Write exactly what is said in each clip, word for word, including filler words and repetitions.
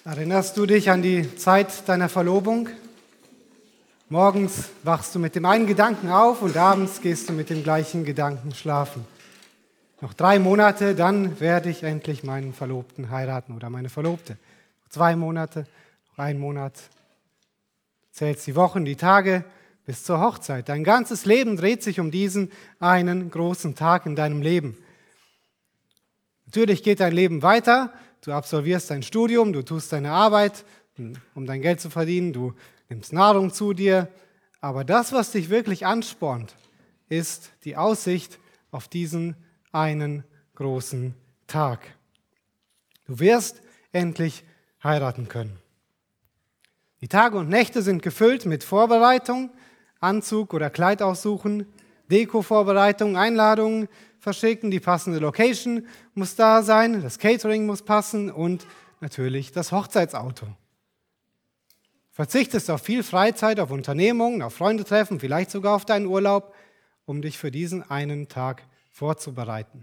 Erinnerst du dich an die Zeit deiner Verlobung? Morgens wachst du mit dem einen Gedanken auf und abends gehst du mit dem gleichen Gedanken schlafen. Noch drei Monate, dann werde ich endlich meinen Verlobten heiraten oder meine Verlobte. Noch zwei Monate, noch ein Monat. Du zählst die Wochen, die Tage bis zur Hochzeit. Dein ganzes Leben dreht sich um diesen einen großen Tag in deinem Leben. Natürlich geht dein Leben weiter. Du absolvierst dein Studium, du tust deine Arbeit, um dein Geld zu verdienen, du nimmst Nahrung zu dir. Aber das, was dich wirklich anspornt, ist die Aussicht auf diesen einen großen Tag. Du wirst endlich heiraten können. Die Tage und Nächte sind gefüllt mit Vorbereitung, Anzug oder Kleid aussuchen, Deko-Vorbereitung, Einladungen verschicken, die passende Location muss da sein, das Catering muss passen und natürlich das Hochzeitsauto. Verzichtest auf viel Freizeit, auf Unternehmungen, auf Freundetreffen, vielleicht sogar auf deinen Urlaub, um dich für diesen einen Tag vorzubereiten.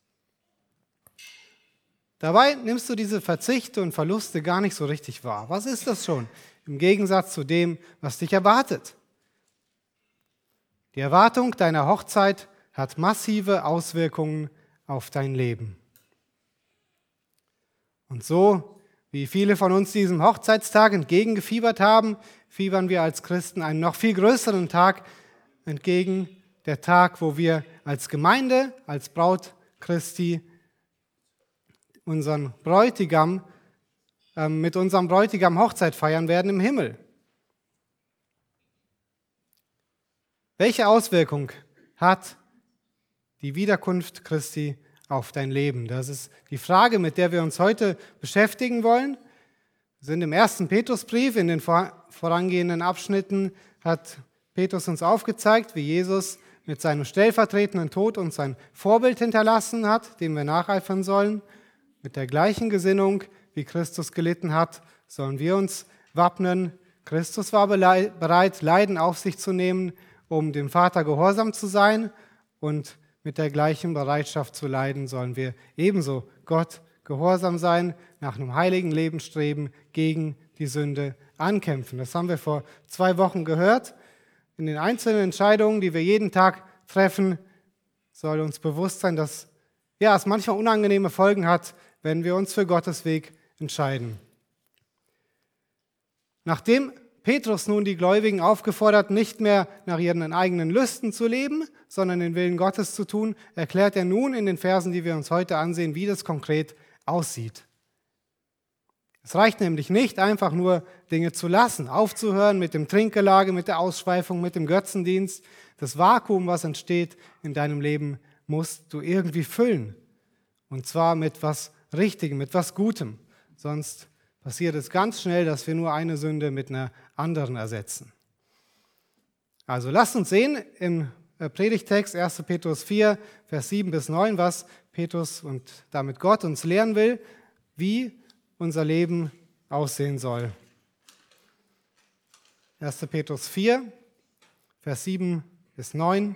Dabei nimmst du diese Verzichte und Verluste gar nicht so richtig wahr. Was ist das schon im Gegensatz zu dem, was dich erwartet? Die Erwartung deiner Hochzeit hat massive Auswirkungen auf dein Leben. Und so, wie viele von uns diesem Hochzeitstag entgegengefiebert haben, fiebern wir als Christen einen noch viel größeren Tag entgegen, der Tag, wo wir als Gemeinde, als Braut Christi unseren Bräutigam, äh, mit unserem Bräutigam Hochzeit feiern werden im Himmel. Welche Auswirkung hat die Wiederkunft Christi auf dein Leben? Das ist die Frage, mit der wir uns heute beschäftigen wollen. Wir sind im ersten Petrusbrief, in den vorangehenden Abschnitten hat Petrus uns aufgezeigt, wie Jesus mit seinem stellvertretenden Tod uns ein Vorbild hinterlassen hat, dem wir nacheifern sollen. Mit der gleichen Gesinnung, wie Christus gelitten hat, sollen wir uns wappnen. Christus war bereit, Leiden auf sich zu nehmen, um dem Vater gehorsam zu sein, und mit der gleichen Bereitschaft zu leiden sollen wir ebenso Gott gehorsam sein, nach einem heiligen Leben streben, gegen die Sünde ankämpfen. Das haben wir vor zwei Wochen gehört. In den einzelnen Entscheidungen, die wir jeden Tag treffen, soll uns bewusst sein, dass ja, es manchmal unangenehme Folgen hat, wenn wir uns für Gottes Weg entscheiden. Nachdem Petrus nun die Gläubigen aufgefordert, nicht mehr nach ihren eigenen Lüsten zu leben, sondern den Willen Gottes zu tun, erklärt er nun in den Versen, die wir uns heute ansehen, wie das konkret aussieht. Es reicht nämlich nicht, einfach nur Dinge zu lassen, aufzuhören mit dem Trinkgelage, mit der Ausschweifung, mit dem Götzendienst. Das Vakuum, was entsteht in deinem Leben, musst du irgendwie füllen. Und zwar mit was Richtigem, mit was Gutem. Sonst passiert es ganz schnell, dass wir nur eine Sünde mit einer anderen ersetzen. Also lasst uns sehen im Predigtext erster Petrus vier, Vers sieben bis neun, was Petrus und damit Gott uns lehren will, wie unser Leben aussehen soll. erster Petrus vier, Vers sieben bis neun.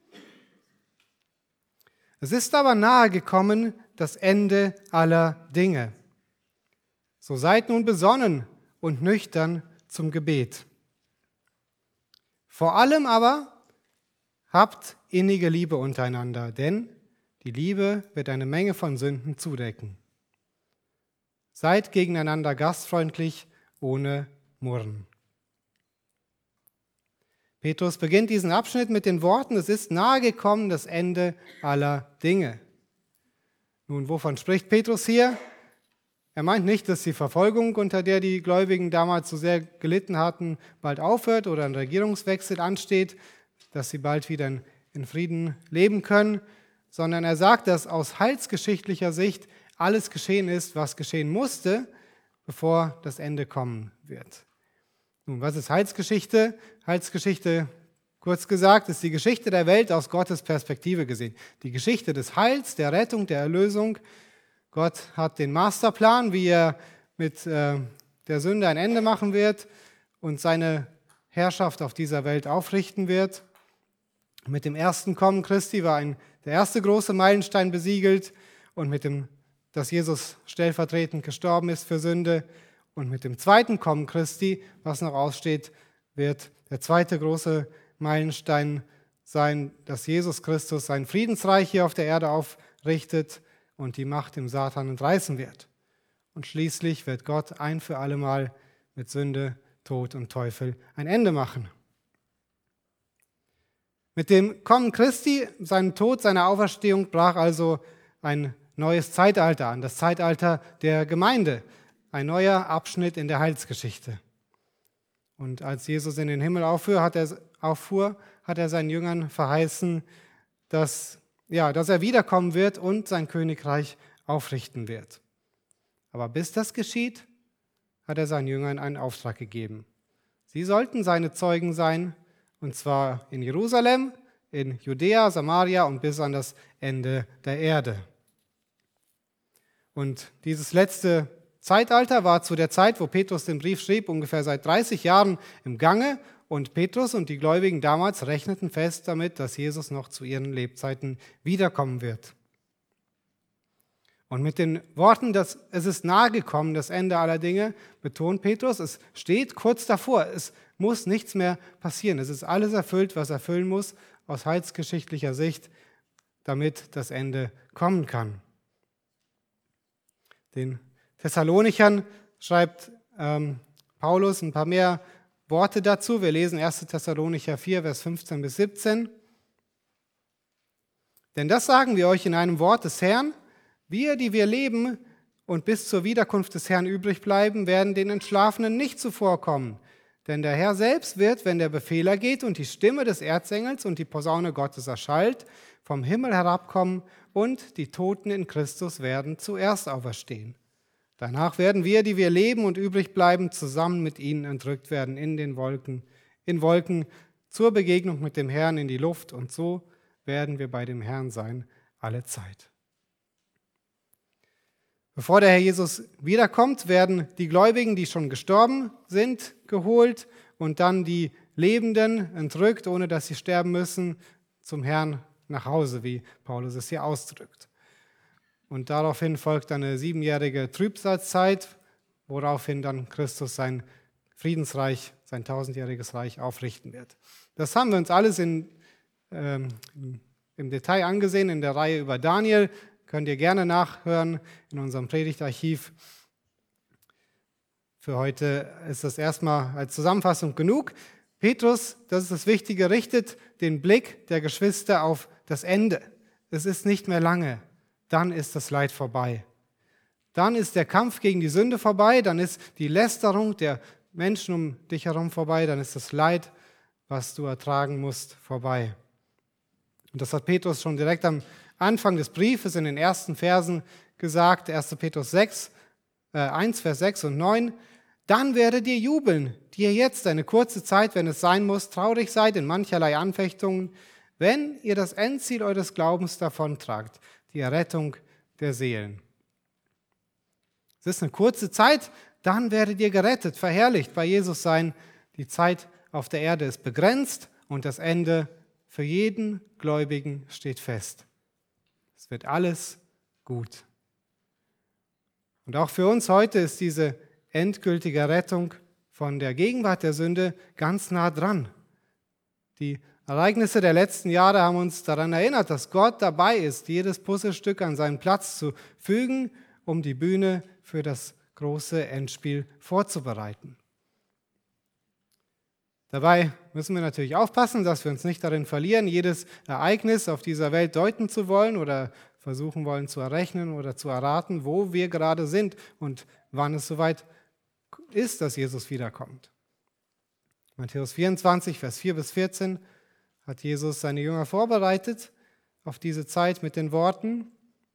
Es ist aber nahe gekommen das Ende aller Dinge. So seid nun besonnen und nüchtern zum Gebet. Vor allem aber habt innige Liebe untereinander, denn die Liebe wird eine Menge von Sünden zudecken. Seid gegeneinander gastfreundlich, ohne Murren. Petrus beginnt diesen Abschnitt mit den Worten: Es ist nahe gekommen das Ende aller Dinge. Nun, wovon spricht Petrus hier? Er meint nicht, dass die Verfolgung, unter der die Gläubigen damals so sehr gelitten hatten, bald aufhört oder ein Regierungswechsel ansteht, dass sie bald wieder in Frieden leben können, sondern er sagt, dass aus heilsgeschichtlicher Sicht alles geschehen ist, was geschehen musste, bevor das Ende kommen wird. Nun, was ist Heilsgeschichte? Heilsgeschichte, kurz gesagt, ist die Geschichte der Welt aus Gottes Perspektive gesehen. Die Geschichte des Heils, der Rettung, der Erlösung. Gott hat den Masterplan, wie er mit äh, der Sünde ein Ende machen wird und seine Herrschaft auf dieser Welt aufrichten wird. Mit dem ersten Kommen Christi war ein, der erste große Meilenstein besiegelt, und mit dem, dass Jesus stellvertretend gestorben ist für Sünde Und mit dem zweiten Kommen Christi, was noch aussteht, wird der zweite große Meilenstein sein, dass Jesus Christus sein Friedensreich hier auf der Erde aufrichtet und die Macht dem Satan entreißen wird. Und schließlich wird Gott ein für allemal mit Sünde, Tod und Teufel ein Ende machen. Mit dem Kommen Christi, seinem Tod, seiner Auferstehung brach also ein neues Zeitalter an, das Zeitalter der Gemeinde, ein neuer Abschnitt in der Heilsgeschichte. Und als Jesus in den Himmel auffuhr, hat er, auffuhr, hat er seinen Jüngern verheißen, dass, ja, dass er wiederkommen wird und sein Königreich aufrichten wird. Aber bis das geschieht, hat er seinen Jüngern einen Auftrag gegeben. Sie sollten seine Zeugen sein, und zwar in Jerusalem, in Judäa, Samaria und bis an das Ende der Erde. Und dieses letzte Zeitalter war zu der Zeit, wo Petrus den Brief schrieb, ungefähr seit dreißig Jahren im Gange. Und Petrus und die Gläubigen damals rechneten fest damit, dass Jesus noch zu ihren Lebzeiten wiederkommen wird. Und mit den Worten, dass es ist nahe gekommen, das Ende aller Dinge, betont Petrus, es steht kurz davor, es muss nichts mehr passieren. Es ist alles erfüllt, was erfüllen muss aus heilsgeschichtlicher Sicht, damit das Ende kommen kann. Den Thessalonichern schreibt ähm, Paulus ein paar mehr Worte dazu. Wir lesen erster Thessalonicher vier, Vers fünfzehn bis siebzehn. Denn das sagen wir euch in einem Wort des Herrn: Wir, die wir leben und bis zur Wiederkunft des Herrn übrig bleiben, werden den Entschlafenen nicht zuvorkommen. Denn der Herr selbst wird, wenn der Befehler geht und die Stimme des Erzengels und die Posaune Gottes erschallt, vom Himmel herabkommen und die Toten in Christus werden zuerst auferstehen. Danach werden wir, die wir leben und übrig bleiben, zusammen mit ihnen entrückt werden in den Wolken, in Wolken zur Begegnung mit dem Herrn in die Luft, und so werden wir bei dem Herrn sein alle Zeit. Bevor der Herr Jesus wiederkommt, werden die Gläubigen, die schon gestorben sind, geholt und dann die Lebenden entrückt, ohne dass sie sterben müssen, zum Herrn nach Hause, wie Paulus es hier ausdrückt. Und daraufhin folgt eine siebenjährige Trübsalzeit, woraufhin dann Christus sein Friedensreich, sein tausendjähriges Reich aufrichten wird. Das haben wir uns alles in, ähm, im Detail angesehen in der Reihe über Daniel. Könnt ihr gerne nachhören in unserem Predigtarchiv. Für heute ist das erstmal als Zusammenfassung genug. Petrus, das ist das Wichtige, richtet den Blick der Geschwister auf das Ende. Es ist nicht mehr lange. Dann ist das Leid vorbei. Dann ist der Kampf gegen die Sünde vorbei, dann ist die Lästerung der Menschen um dich herum vorbei, dann ist das Leid, was du ertragen musst, vorbei. Und das hat Petrus schon direkt am Anfang des Briefes in den ersten Versen gesagt, erster Petrus sechs, äh, eins, Vers sechs und neun. Dann werdet ihr jubeln, die ihr jetzt eine kurze Zeit, wenn es sein muss, traurig seid in mancherlei Anfechtungen, wenn ihr das Endziel eures Glaubens davontragt, die Errettung der Seelen. Es ist eine kurze Zeit, dann werdet ihr gerettet, verherrlicht bei Jesus sein. Die Zeit auf der Erde ist begrenzt und das Ende für jeden Gläubigen steht fest. Es wird alles gut. Und auch für uns heute ist diese endgültige Rettung von der Gegenwart der Sünde ganz nah dran. Die Ereignisse der letzten Jahre haben uns daran erinnert, dass Gott dabei ist, jedes Puzzlestück an seinen Platz zu fügen, um die Bühne für das große Endspiel vorzubereiten. Dabei müssen wir natürlich aufpassen, dass wir uns nicht darin verlieren, jedes Ereignis auf dieser Welt deuten zu wollen oder versuchen wollen zu errechnen oder zu erraten, wo wir gerade sind und wann es soweit ist, dass Jesus wiederkommt. Matthäus vierundzwanzig, Vers vier bis vierzehn hat Jesus seine Jünger vorbereitet auf diese Zeit mit den Worten: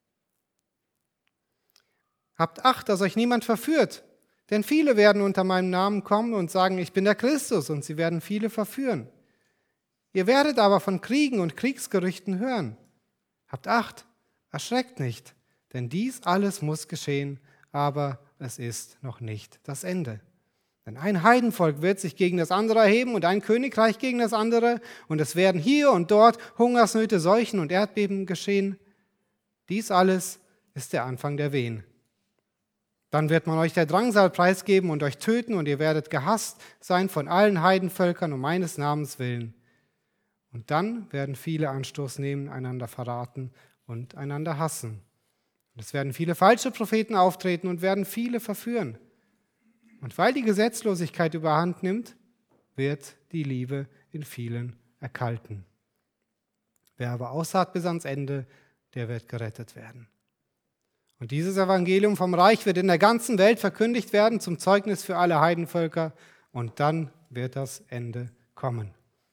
Habt Acht, dass euch niemand verführt, denn viele werden unter meinem Namen kommen und sagen, ich bin der Christus, und sie werden viele verführen. Ihr werdet aber von Kriegen und Kriegsgerüchten hören. Habt Acht, erschreckt nicht, denn dies alles muss geschehen, aber es ist noch nicht das Ende. Denn ein Heidenvolk wird sich gegen das andere erheben und ein Königreich gegen das andere, und es werden hier und dort Hungersnöte, Seuchen und Erdbeben geschehen. Dies alles ist der Anfang der Wehen. Dann wird man euch der Drangsal preisgeben und euch töten und ihr werdet gehasst sein von allen Heidenvölkern um meines Namens willen. Und dann werden viele Anstoß nehmen, einander verraten und einander hassen. Und es werden viele falsche Propheten auftreten und werden viele verführen. Und weil die Gesetzlosigkeit überhand nimmt, wird die Liebe in vielen erkalten. Wer aber ausharrt bis ans Ende, der wird gerettet werden. Und dieses Evangelium vom Reich wird in der ganzen Welt verkündigt werden zum Zeugnis für alle Heidenvölker und dann wird das Ende kommen.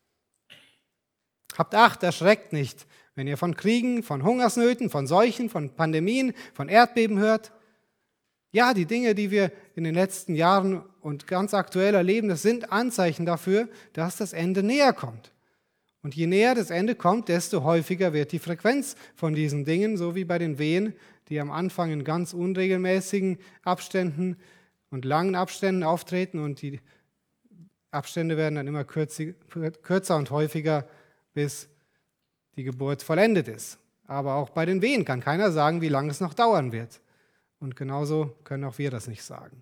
Habt Acht, erschreckt nicht, wenn ihr von Kriegen, von Hungersnöten, von Seuchen, von Pandemien, von Erdbeben hört. Ja, die Dinge, die wir in den letzten Jahren und ganz aktuell erleben, das sind Anzeichen dafür, dass das Ende näher kommt. Und je näher das Ende kommt, desto häufiger wird die Frequenz von diesen Dingen, so wie bei den Wehen, die am Anfang in ganz unregelmäßigen Abständen und langen Abständen auftreten und die Abstände werden dann immer kürzer und häufiger, bis die Geburt vollendet ist. Aber auch bei den Wehen kann keiner sagen, wie lange es noch dauern wird. Und genauso können auch wir das nicht sagen.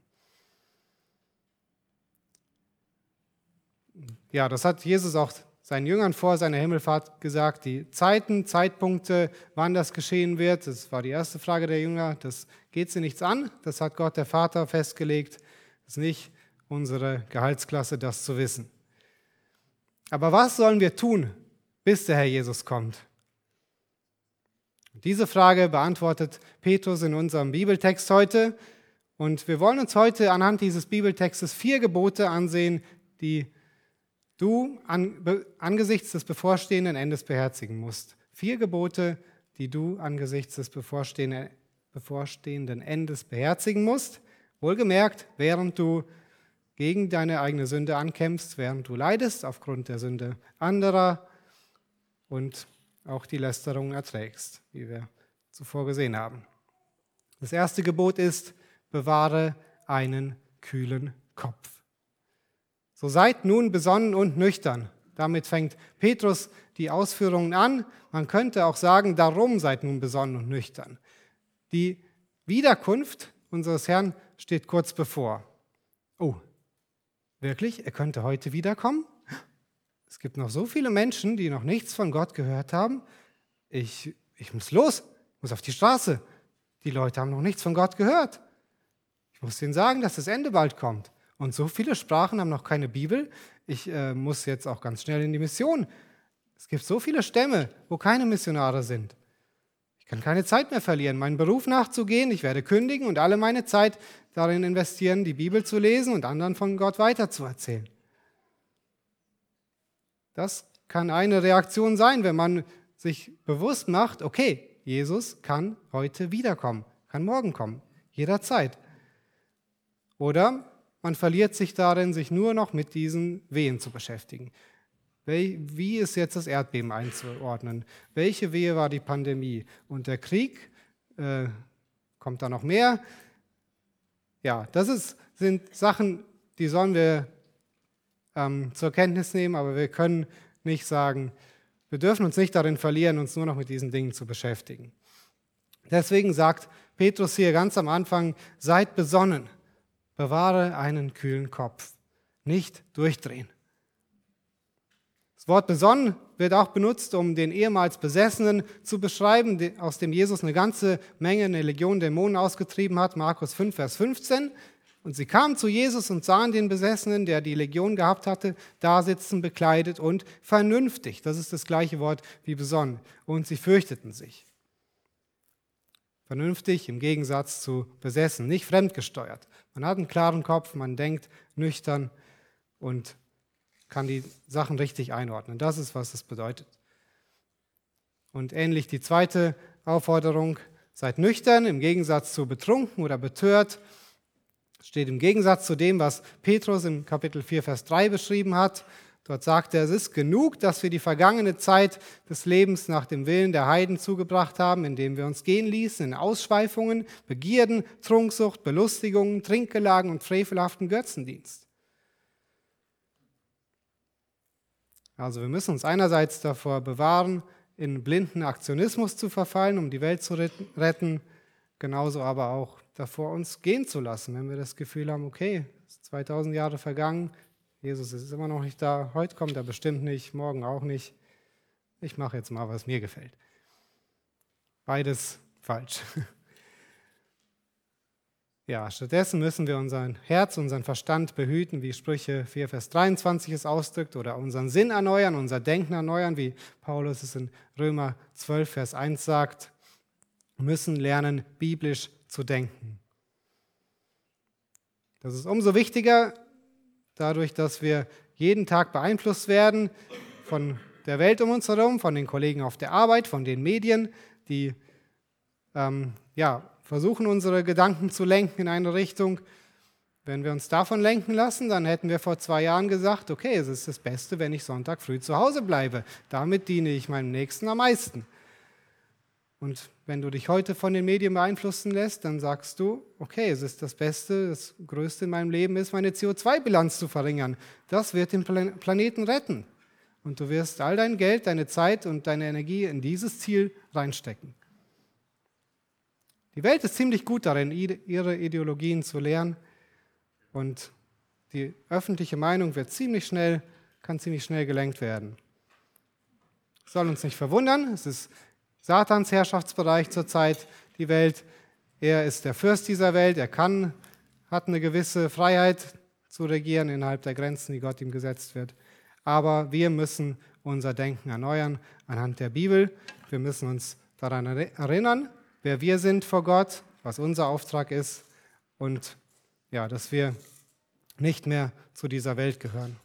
Ja, das hat Jesus auch seinen Jüngern vor seiner Himmelfahrt gesagt, die Zeiten, Zeitpunkte, wann das geschehen wird, das war die erste Frage der Jünger, das geht sie nichts an, das hat Gott der Vater festgelegt, das ist nicht unsere Gehaltsklasse, das zu wissen. Aber was sollen wir tun, bis der Herr Jesus kommt? Diese Frage beantwortet Petrus in unserem Bibeltext heute und wir wollen uns heute anhand dieses Bibeltextes vier Gebote ansehen, die du an, be, angesichts des bevorstehenden Endes beherzigen musst. Vier Gebote, die du angesichts des bevorstehenden, bevorstehenden Endes beherzigen musst. Wohlgemerkt, während du gegen deine eigene Sünde ankämpfst, während du leidest aufgrund der Sünde anderer und auch die Lästerung erträgst, wie wir zuvor gesehen haben. Das erste Gebot ist, bewahre einen kühlen Kopf. So seid nun besonnen und nüchtern. Damit fängt Petrus die Ausführungen an. Man könnte auch sagen, darum seid nun besonnen und nüchtern. Die Wiederkunft unseres Herrn steht kurz bevor. Oh, wirklich? Er könnte heute wiederkommen? Es gibt noch so viele Menschen, die noch nichts von Gott gehört haben. Ich, ich muss los, ich muss auf die Straße. Die Leute haben noch nichts von Gott gehört. Ich muss ihnen sagen, dass das Ende bald kommt. Und so viele Sprachen haben noch keine Bibel. Ich äh, muss jetzt auch ganz schnell in die Mission. Es gibt so viele Stämme, wo keine Missionare sind. Ich kann keine Zeit mehr verlieren, meinen Beruf nachzugehen. Ich werde kündigen und alle meine Zeit darin investieren, die Bibel zu lesen und anderen von Gott weiterzuerzählen. Das kann eine Reaktion sein, wenn man sich bewusst macht, okay, Jesus kann heute wiederkommen, kann morgen kommen, jederzeit. Oder man verliert sich darin, sich nur noch mit diesen Wehen zu beschäftigen. Wie ist jetzt das Erdbeben einzuordnen? Welche Wehe war die Pandemie? Und der Krieg? Äh, kommt da noch mehr? Ja, das ist, sind Sachen, die sollen wir ähm, zur Kenntnis nehmen, aber wir können nicht sagen, wir dürfen uns nicht darin verlieren, uns nur noch mit diesen Dingen zu beschäftigen. Deswegen sagt Petrus hier ganz am Anfang, seid besonnen. Bewahre einen kühlen Kopf, nicht durchdrehen. Das Wort besonnen wird auch benutzt, um den ehemals Besessenen zu beschreiben, aus dem Jesus eine ganze Menge, eine Legion Dämonen ausgetrieben hat, Markus fünf, Vers fünfzehn. Und sie kamen zu Jesus und sahen den Besessenen, der die Legion gehabt hatte, da sitzen, bekleidet und vernünftig. Das ist das gleiche Wort wie besonnen. Und sie fürchteten sich. Vernünftig im Gegensatz zu besessen, nicht fremdgesteuert. Man hat einen klaren Kopf, man denkt nüchtern und kann die Sachen richtig einordnen. Das ist, was es bedeutet. Und ähnlich die zweite Aufforderung, seid nüchtern im Gegensatz zu betrunken oder betört. Steht im Gegensatz zu dem, was Petrus im Kapitel vier, Vers drei beschrieben hat. Dort sagt er, es ist genug, dass wir die vergangene Zeit des Lebens nach dem Willen der Heiden zugebracht haben, indem wir uns gehen ließen in Ausschweifungen, Begierden, Trunksucht, Belustigungen, Trinkgelagen und frevelhaften Götzendienst. Also wir müssen uns einerseits davor bewahren, in blinden Aktionismus zu verfallen, um die Welt zu retten. genauso aber auch davor, uns gehen zu lassen, wenn wir das Gefühl haben, okay, es sind zweitausend Jahre vergangen, Jesus ist immer noch nicht da, heute kommt er bestimmt nicht, morgen auch nicht. Ich mache jetzt mal, was mir gefällt. Beides falsch. Ja, stattdessen müssen wir unser Herz, unseren Verstand behüten, wie Sprüche vier, Vers dreiundzwanzig es ausdrückt, oder unseren Sinn erneuern, unser Denken erneuern, wie Paulus es in Römer zwölf, Vers eins sagt. Wir müssen lernen, biblisch zu denken. Das ist umso wichtiger, dadurch, dass wir jeden Tag beeinflusst werden von der Welt um uns herum, von den Kollegen auf der Arbeit, von den Medien, die ähm, ja, versuchen, unsere Gedanken zu lenken in eine Richtung. Wenn wir uns davon lenken lassen, dann hätten wir vor zwei Jahren gesagt, okay, es ist das Beste, wenn ich Sonntag früh zu Hause bleibe. Damit diene ich meinem Nächsten am meisten. Und wenn du dich heute von den Medien beeinflussen lässt, dann sagst du, okay, es ist das Beste, das Größte in meinem Leben ist, meine C O zwei Bilanz zu verringern. Das wird den Planeten retten. Und du wirst all dein Geld, deine Zeit und deine Energie in dieses Ziel reinstecken. Die Welt ist ziemlich gut darin, ihre Ideologien zu lehren. Und die öffentliche Meinung wird ziemlich schnell, kann ziemlich schnell gelenkt werden. Soll uns nicht verwundern, es ist Satans Herrschaftsbereich zurzeit, die Welt. Er ist der Fürst dieser Welt, er kann, hat eine gewisse Freiheit zu regieren innerhalb der Grenzen, die Gott ihm gesetzt wird. Aber wir müssen unser Denken erneuern anhand der Bibel. Wir müssen uns daran erinnern, wer wir sind vor Gott, was unser Auftrag ist und ja, dass wir nicht mehr zu dieser Welt gehören.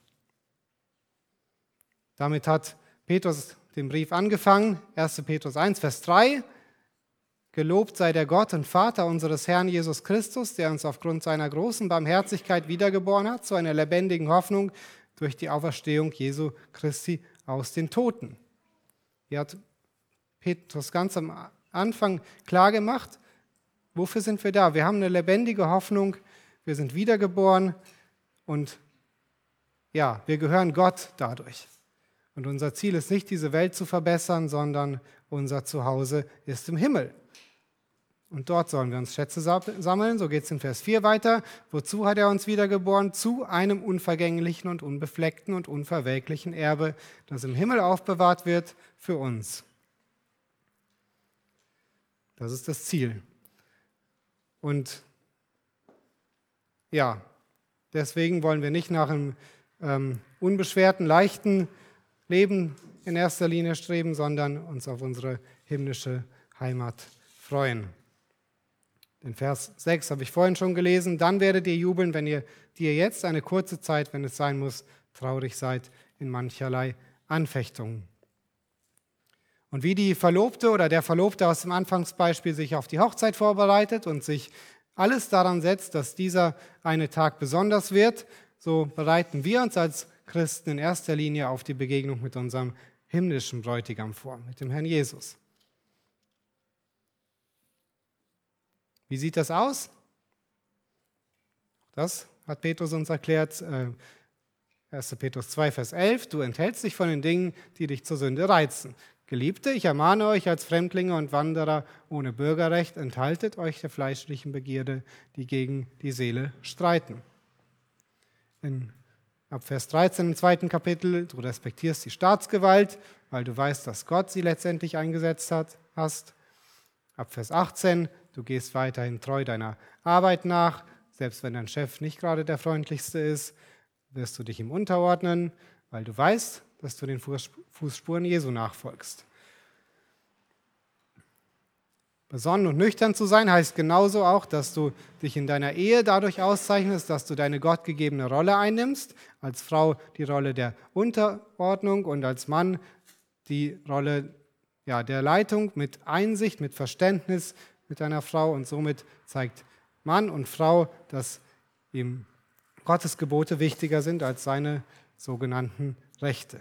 Damit hat Petrus den Brief angefangen, erster Petrus eins, Vers drei. Gelobt sei der Gott und Vater unseres Herrn Jesus Christus, der uns aufgrund seiner großen Barmherzigkeit wiedergeboren hat, zu einer lebendigen Hoffnung durch die Auferstehung Jesu Christi aus den Toten. Hier hat Petrus ganz am Anfang klar gemacht, wofür sind wir da? Wir haben eine lebendige Hoffnung, wir sind wiedergeboren und ja, wir gehören Gott dadurch. Und unser Ziel ist nicht, diese Welt zu verbessern, sondern unser Zuhause ist im Himmel. Und dort sollen wir uns Schätze sammeln, so geht es in Vers vier weiter. Wozu hat er uns wiedergeboren? Zu einem unvergänglichen und unbefleckten und unverwelklichen Erbe, das im Himmel aufbewahrt wird für uns. Das ist das Ziel. Und ja, deswegen wollen wir nicht nach einem ähm, unbeschwerten, leichten Leben in erster Linie streben, sondern uns auf unsere himmlische Heimat freuen. Den Vers sechs habe ich vorhin schon gelesen. Dann werdet ihr jubeln, wenn ihr dir jetzt eine kurze Zeit, wenn es sein muss, traurig seid in mancherlei Anfechtungen. Und wie die Verlobte oder der Verlobte aus dem Anfangsbeispiel sich auf die Hochzeit vorbereitet und sich alles daran setzt, dass dieser eine Tag besonders wird, so bereiten wir uns als Christen in erster Linie auf die Begegnung mit unserem himmlischen Bräutigam vor, mit dem Herrn Jesus. Wie sieht das aus? Das hat Petrus uns erklärt, erster Petrus zwei, Vers elf, du enthältst dich von den Dingen, die dich zur Sünde reizen. Geliebte, ich ermahne euch als Fremdlinge und Wanderer ohne Bürgerrecht, enthaltet euch der fleischlichen Begierde, die gegen die Seele streiten. In, ab Vers dreizehn im zweiten Kapitel, du respektierst die Staatsgewalt, weil du weißt, dass Gott sie letztendlich eingesetzt hat, hast. Ab Vers achtzehn, du gehst weiterhin treu deiner Arbeit nach, selbst wenn dein Chef nicht gerade der freundlichste ist, wirst du dich ihm unterordnen, weil du weißt, dass du den Fußspuren Jesu nachfolgst. Besonnen und nüchtern zu sein heißt genauso auch, dass du dich in deiner Ehe dadurch auszeichnest, dass du deine gottgegebene Rolle einnimmst, als Frau die Rolle der Unterordnung und als Mann die Rolle ja, der Leitung mit Einsicht, mit Verständnis mit deiner Frau, und somit zeigt Mann und Frau, dass ihm Gottes Gebote wichtiger sind als seine sogenannten Rechte.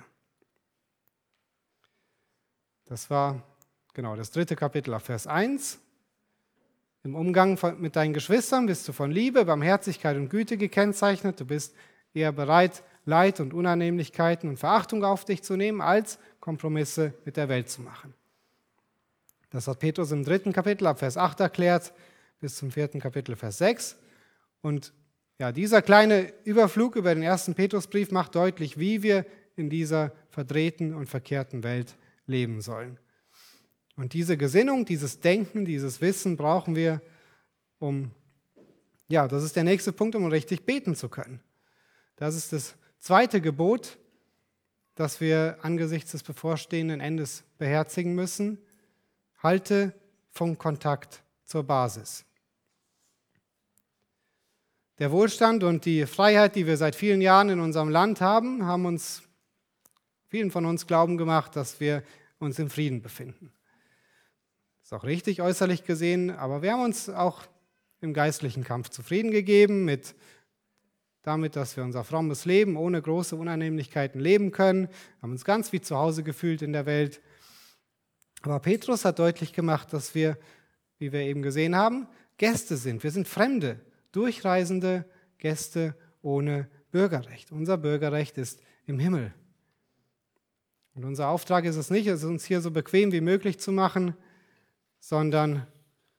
Das war genau das dritte Kapitel auf Vers eins. Im Umgang von, mit deinen Geschwistern bist du von Liebe, Barmherzigkeit und Güte gekennzeichnet. Du bist eher bereit, Leid und Unannehmlichkeiten und Verachtung auf dich zu nehmen, als Kompromisse mit der Welt zu machen. Das hat Petrus im dritten Kapitel ab Vers acht erklärt, bis zum vierten Kapitel Vers sechs. Und ja, dieser kleine Überflug über den ersten Petrusbrief macht deutlich, wie wir in dieser verdrehten und verkehrten Welt leben sollen. Und diese Gesinnung, dieses Denken, dieses Wissen brauchen wir, um, ja, das ist der nächste Punkt, um richtig beten zu können. Das ist das zweite Gebot, das wir angesichts des bevorstehenden Endes beherzigen müssen. Halte Funkkontakt zur Basis. Der Wohlstand und die Freiheit, die wir seit vielen Jahren in unserem Land haben, haben uns, vielen von uns glauben gemacht, dass wir uns im Frieden befinden. Das ist auch richtig äußerlich gesehen, aber wir haben uns auch im geistlichen Kampf zufrieden gegeben mit damit, dass wir unser frommes Leben ohne große Unannehmlichkeiten leben können, haben uns ganz wie zu Hause gefühlt in der Welt. Aber Petrus hat deutlich gemacht, dass wir, wie wir eben gesehen haben, Gäste sind. Wir sind Fremde, durchreisende Gäste ohne Bürgerrecht. Unser Bürgerrecht ist im Himmel. Und unser Auftrag ist es nicht, es uns hier so bequem wie möglich zu machen, sondern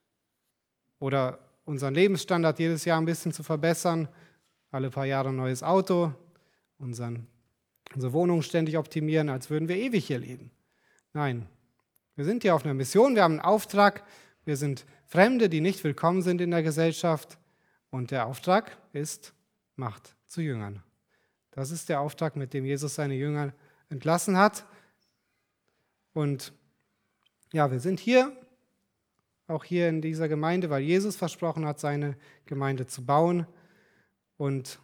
oder unseren Lebensstandard jedes Jahr ein bisschen zu verbessern, alle paar Jahre ein neues Auto, unseren, unsere Wohnung ständig optimieren, als würden wir ewig hier leben. Nein, wir sind hier auf einer Mission, wir haben einen Auftrag, wir sind Fremde, die nicht willkommen sind in der Gesellschaft und der Auftrag ist, macht zu Jüngern. Das ist der Auftrag, mit dem Jesus seine Jünger entlassen hat. Und ja, wir sind hier, auch hier in dieser Gemeinde, weil Jesus versprochen hat, seine Gemeinde zu bauen. Und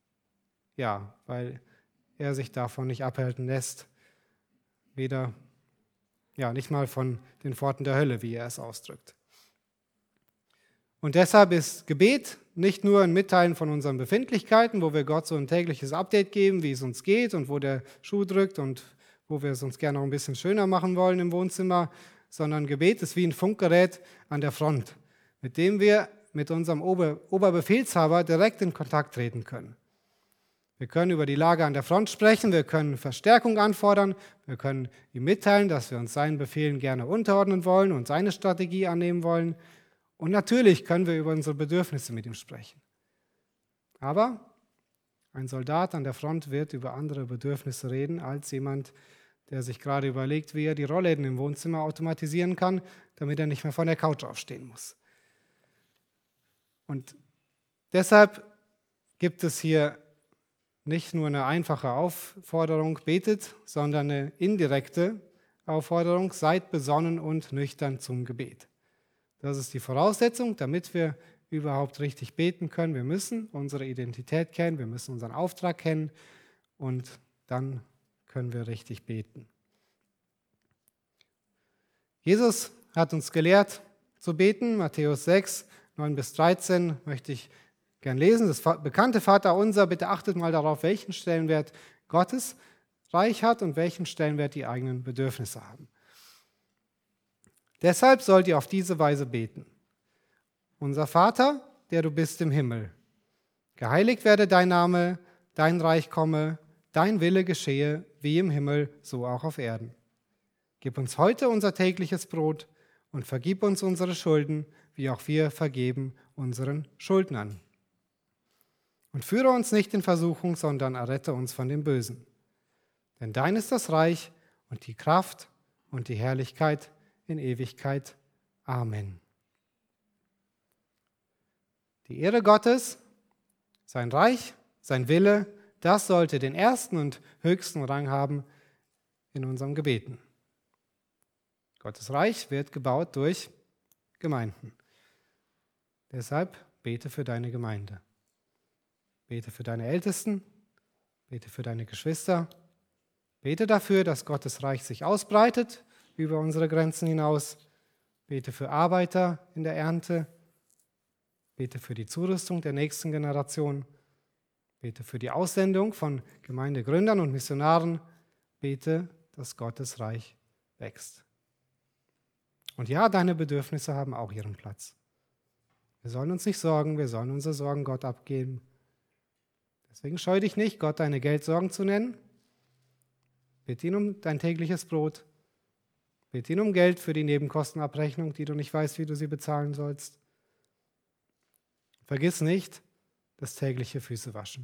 ja, weil er sich davon nicht abhalten lässt, weder, ja, nicht mal von den Pforten der Hölle, wie er es ausdrückt. Und deshalb ist Gebet nicht nur ein Mitteilen von unseren Befindlichkeiten, wo wir Gott so ein tägliches Update geben, wie es uns geht und wo der Schuh drückt und wo wir es uns gerne noch ein bisschen schöner machen wollen im Wohnzimmer, sondern Gebet ist wie ein Funkgerät an der Front, mit dem wir mit unserem Ober- Oberbefehlshaber direkt in Kontakt treten können. Wir können über die Lage an der Front sprechen, wir können Verstärkung anfordern, wir können ihm mitteilen, dass wir uns seinen Befehlen gerne unterordnen wollen und seine Strategie annehmen wollen. Und natürlich können wir über unsere Bedürfnisse mit ihm sprechen. Aber ein Soldat an der Front wird über andere Bedürfnisse reden, als jemand, der sich gerade überlegt, wie er die Rollläden im Wohnzimmer automatisieren kann, damit er nicht mehr von der Couch aufstehen muss. Und deshalb gibt es hier nicht nur eine einfache Aufforderung, betet, sondern eine indirekte Aufforderung, seid besonnen und nüchtern zum Gebet. Das ist die Voraussetzung, damit wir überhaupt richtig beten können. Wir müssen unsere Identität kennen, wir müssen unseren Auftrag kennen und dann können wir richtig beten. Jesus hat uns gelehrt zu beten, Matthäus sechs, neun bis dreizehn möchte ich gern lesen. Das bekannte Vaterunser, bitte achtet mal darauf, welchen Stellenwert Gottes Reich hat und welchen Stellenwert die eigenen Bedürfnisse haben. Deshalb sollt ihr auf diese Weise beten. Unser Vater, der du bist im Himmel, geheiligt werde dein Name, dein Reich komme, dein Wille geschehe, wie im Himmel, so auch auf Erden. Gib uns heute unser tägliches Brot und vergib uns unsere Schulden, wie auch wir vergeben unseren Schuldnern. Und führe uns nicht in Versuchung, sondern errette uns von dem Bösen. Denn dein ist das Reich und die Kraft und die Herrlichkeit in Ewigkeit. Amen. Die Ehre Gottes, sein Reich, sein Wille, das sollte den ersten und höchsten Rang haben in unseren Gebeten. Gottes Reich wird gebaut durch Gemeinden. Deshalb bete für deine Gemeinde. Bete für deine Ältesten, bete für deine Geschwister, bete dafür, dass Gottes Reich sich ausbreitet über unsere Grenzen hinaus. Bete für Arbeiter in der Ernte, bete für die Zurüstung der nächsten Generation, bete für die Aussendung von Gemeindegründern und Missionaren, bete, dass Gottes Reich wächst. Und ja, deine Bedürfnisse haben auch ihren Platz. Wir sollen uns nicht sorgen, wir sollen unsere Sorgen Gott abgeben. Deswegen scheu dich nicht, Gott deine Geldsorgen zu nennen. Bitte ihn um dein tägliches Brot. Bete ihn um Geld für die Nebenkostenabrechnung, die du nicht weißt, wie du sie bezahlen sollst. Vergiss nicht das tägliche Füßewaschen.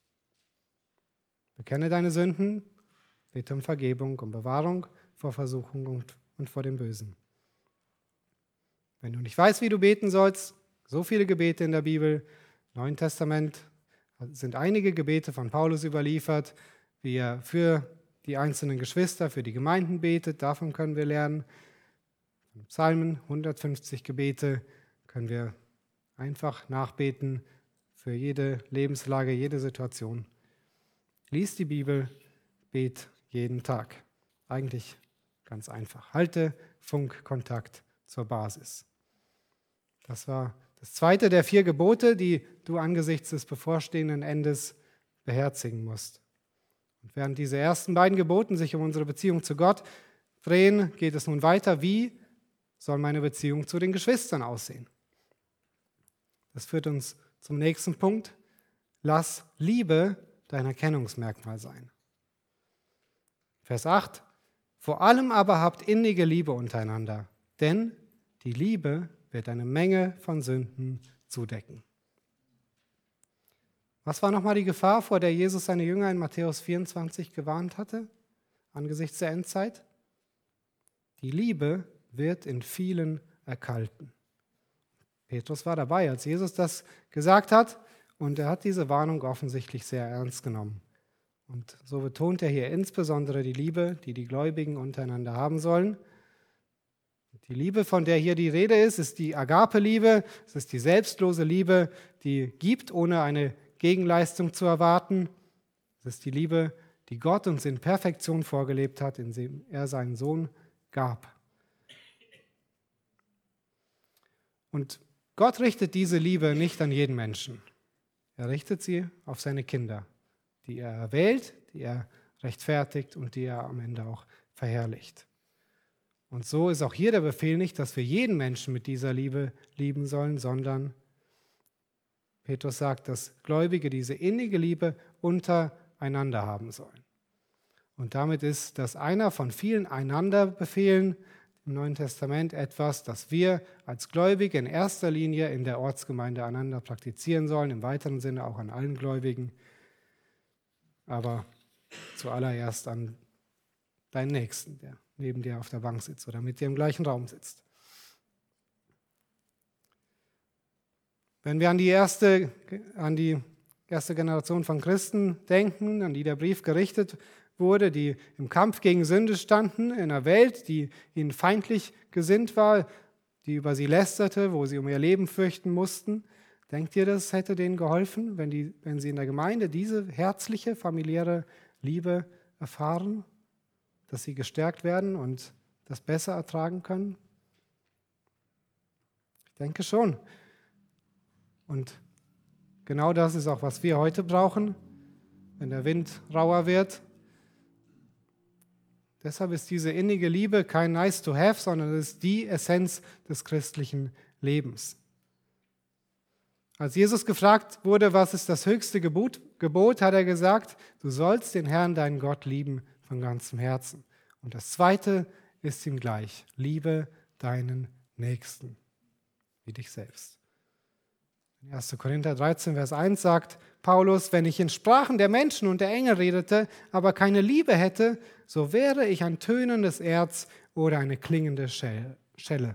Bekenne deine Sünden, bete um Vergebung, um Bewahrung vor Versuchung und, und vor dem Bösen. Wenn du nicht weißt, wie du beten sollst, so viele Gebete in der Bibel, im Neuen Testament sind einige Gebete von Paulus überliefert, wie er für die einzelnen Geschwister, für die Gemeinden betet, davon können wir lernen. Von Psalmen, hundertfünfzig Gebete, können wir einfach nachbeten für jede Lebenslage, jede Situation. Lies die Bibel, bet jeden Tag. Eigentlich ganz einfach. Halte Funkkontakt zur Basis. Das war das zweite der vier Gebote, die du angesichts des bevorstehenden Endes beherzigen musst. Und während diese ersten beiden Geboten sich um unsere Beziehung zu Gott drehen, geht es nun weiter. Wie soll meine Beziehung zu den Geschwistern aussehen? Das führt uns zum nächsten Punkt. Lass Liebe dein Erkennungsmerkmal sein. Vers acht. Vor allem aber habt innige Liebe untereinander, denn die Liebe wird eine Menge von Sünden zudecken. Was war nochmal die Gefahr, vor der Jesus seine Jünger in Matthäus vierundzwanzig gewarnt hatte, angesichts der Endzeit? Die Liebe wird in vielen erkalten. Petrus war dabei, als Jesus das gesagt hat, und er hat diese Warnung offensichtlich sehr ernst genommen. Und so betont er hier insbesondere die Liebe, die die Gläubigen untereinander haben sollen. Die Liebe, von der hier die Rede ist, ist die Agape-Liebe, es ist die selbstlose Liebe, die gibt, ohne eine Gegenleistung zu erwarten. Es ist die Liebe, die Gott uns in Perfektion vorgelebt hat, indem er seinen Sohn gab. Und Gott richtet diese Liebe nicht an jeden Menschen. Er richtet sie auf seine Kinder, die er erwählt, die er rechtfertigt und die er am Ende auch verherrlicht. Und so ist auch hier der Befehl nicht, dass wir jeden Menschen mit dieser Liebe lieben sollen, sondern Petrus sagt, dass Gläubige diese innige Liebe untereinander haben sollen. Und damit ist das einer von vielen Einander-Befehlen im Neuen Testament etwas, das wir als Gläubige in erster Linie in der Ortsgemeinde einander praktizieren sollen, im weiteren Sinne auch an allen Gläubigen, aber zuallererst an deinen Nächsten, der neben dir auf der Bank sitzt oder mit dir im gleichen Raum sitzt. Wenn wir an die erste, an die erste Generation von Christen denken, an die der Brief gerichtet wurde, die im Kampf gegen Sünde standen, in einer Welt, die ihnen feindlich gesinnt war, die über sie lästerte, wo sie um ihr Leben fürchten mussten, denkt ihr, das hätte denen geholfen, wenn, die, wenn sie in der Gemeinde diese herzliche, familiäre Liebe erfahren, dass sie gestärkt werden und das besser ertragen können? Ich denke schon. Und genau das ist auch, was wir heute brauchen, wenn der Wind rauer wird. Deshalb ist diese innige Liebe kein nice to have, sondern es ist die Essenz des christlichen Lebens. Als Jesus gefragt wurde, was ist das höchste Gebot, Gebot, hat er gesagt, du sollst den Herrn, deinen Gott, lieben von ganzem Herzen. Und das zweite ist ihm gleich, liebe deinen Nächsten, wie dich selbst. In erster Korinther dreizehn, Vers eins sagt Paulus, wenn ich in Sprachen der Menschen und der Engel redete, aber keine Liebe hätte, so wäre ich ein tönendes Erz oder eine klingende Schelle.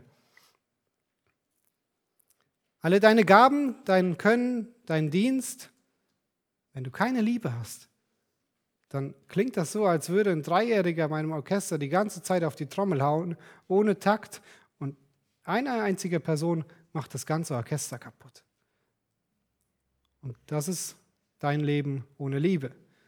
Alle deine Gaben, dein Können, dein Dienst, wenn du keine Liebe hast, dann klingt das so, als würde ein Dreijähriger meinem Orchester die ganze Zeit auf die Trommel hauen, ohne Takt, und eine einzige Person macht das ganze Orchester kaputt. Und das ist dein Leben ohne Liebe.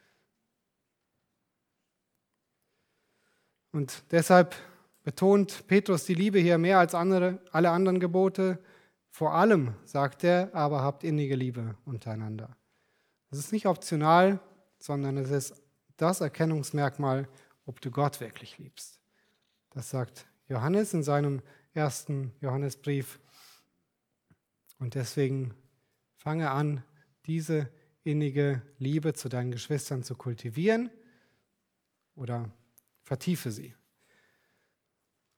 Und deshalb betont Petrus die Liebe hier mehr als andere, alle anderen Gebote. Vor allem, sagt er, aber habt innige Liebe untereinander. Das ist nicht optional, sondern es ist das Erkennungsmerkmal, ob du Gott wirklich liebst. Das sagt Johannes in seinem ersten Johannesbrief. Und deswegen fange an, diese innige Liebe zu deinen Geschwistern zu kultivieren oder vertiefe sie.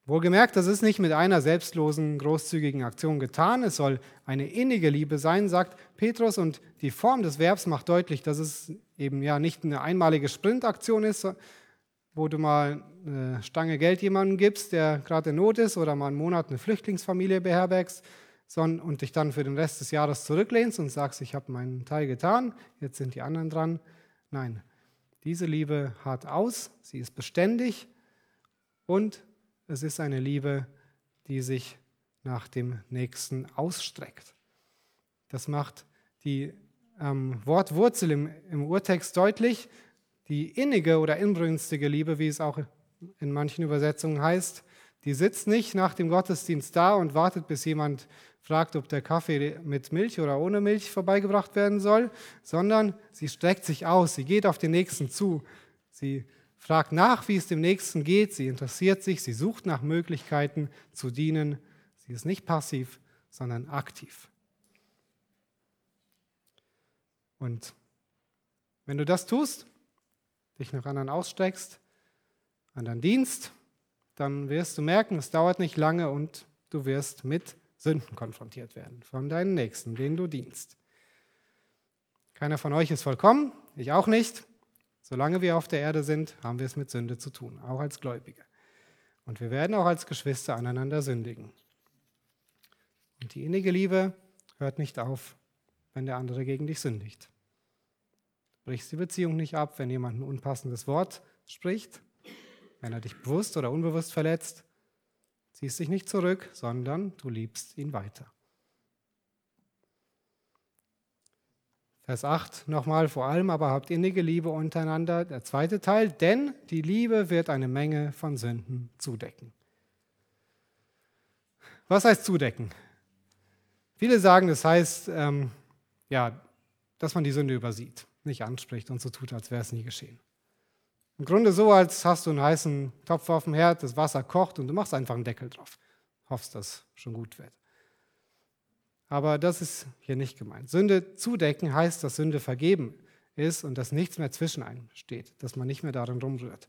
Wohlgemerkt, das ist nicht mit einer selbstlosen, großzügigen Aktion getan. Es soll eine innige Liebe sein, sagt Petrus. Und die Form des Verbs macht deutlich, dass es eben ja nicht eine einmalige Sprintaktion ist, wo du mal eine Stange Geld jemandem gibst, der gerade in Not ist, oder mal einen Monat eine Flüchtlingsfamilie beherbergst, sondern, und dich dann für den Rest des Jahres zurücklehnst und sagst, ich habe meinen Teil getan, jetzt sind die anderen dran. Nein, diese Liebe hart aus, sie ist beständig und es ist eine Liebe, die sich nach dem Nächsten ausstreckt. Das macht die ähm, Wortwurzel im, im Urtext deutlich. Die innige oder inbrünstige Liebe, wie es auch in manchen Übersetzungen heißt, die sitzt nicht nach dem Gottesdienst da und wartet, bis jemand fragt, ob der Kaffee mit Milch oder ohne Milch vorbeigebracht werden soll, sondern sie streckt sich aus, sie geht auf den Nächsten zu, sie fragt nach, wie es dem Nächsten geht, sie interessiert sich, sie sucht nach Möglichkeiten zu dienen. Sie ist nicht passiv, sondern aktiv. Und wenn du das tust, dich nach anderen ausstreckst, anderen dienst, dann wirst du merken, es dauert nicht lange und du wirst mit Sünden konfrontiert werden von deinen Nächsten, denen du dienst. Keiner von euch ist vollkommen, ich auch nicht. Solange wir auf der Erde sind, haben wir es mit Sünde zu tun, auch als Gläubige. Und wir werden auch als Geschwister aneinander sündigen. Und die innige Liebe hört nicht auf, wenn der andere gegen dich sündigt. Du brichst die Beziehung nicht ab, wenn jemand ein unpassendes Wort spricht, wenn er dich bewusst oder unbewusst verletzt. Ziehst dich nicht zurück, sondern du liebst ihn weiter. Vers acht nochmal, vor allem aber habt innige Liebe untereinander, der zweite Teil, denn die Liebe wird eine Menge von Sünden zudecken. Was heißt zudecken? Viele sagen, das heißt, ähm, ja, dass man die Sünde übersieht, nicht anspricht und so tut, als wäre es nie geschehen. Im Grunde so, als hast du einen heißen Topf auf dem Herd, das Wasser kocht und du machst einfach einen Deckel drauf. Hoffst, dass es schon gut wird. Aber das ist hier nicht gemeint. Sünde zudecken heißt, dass Sünde vergeben ist und dass nichts mehr zwischen einem steht, dass man nicht mehr darin rumrührt.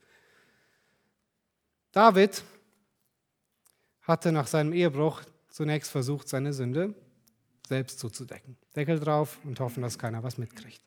David hatte nach seinem Ehebruch zunächst versucht, seine Sünde selbst zuzudecken. Deckel drauf und hoffen, dass keiner was mitkriegt.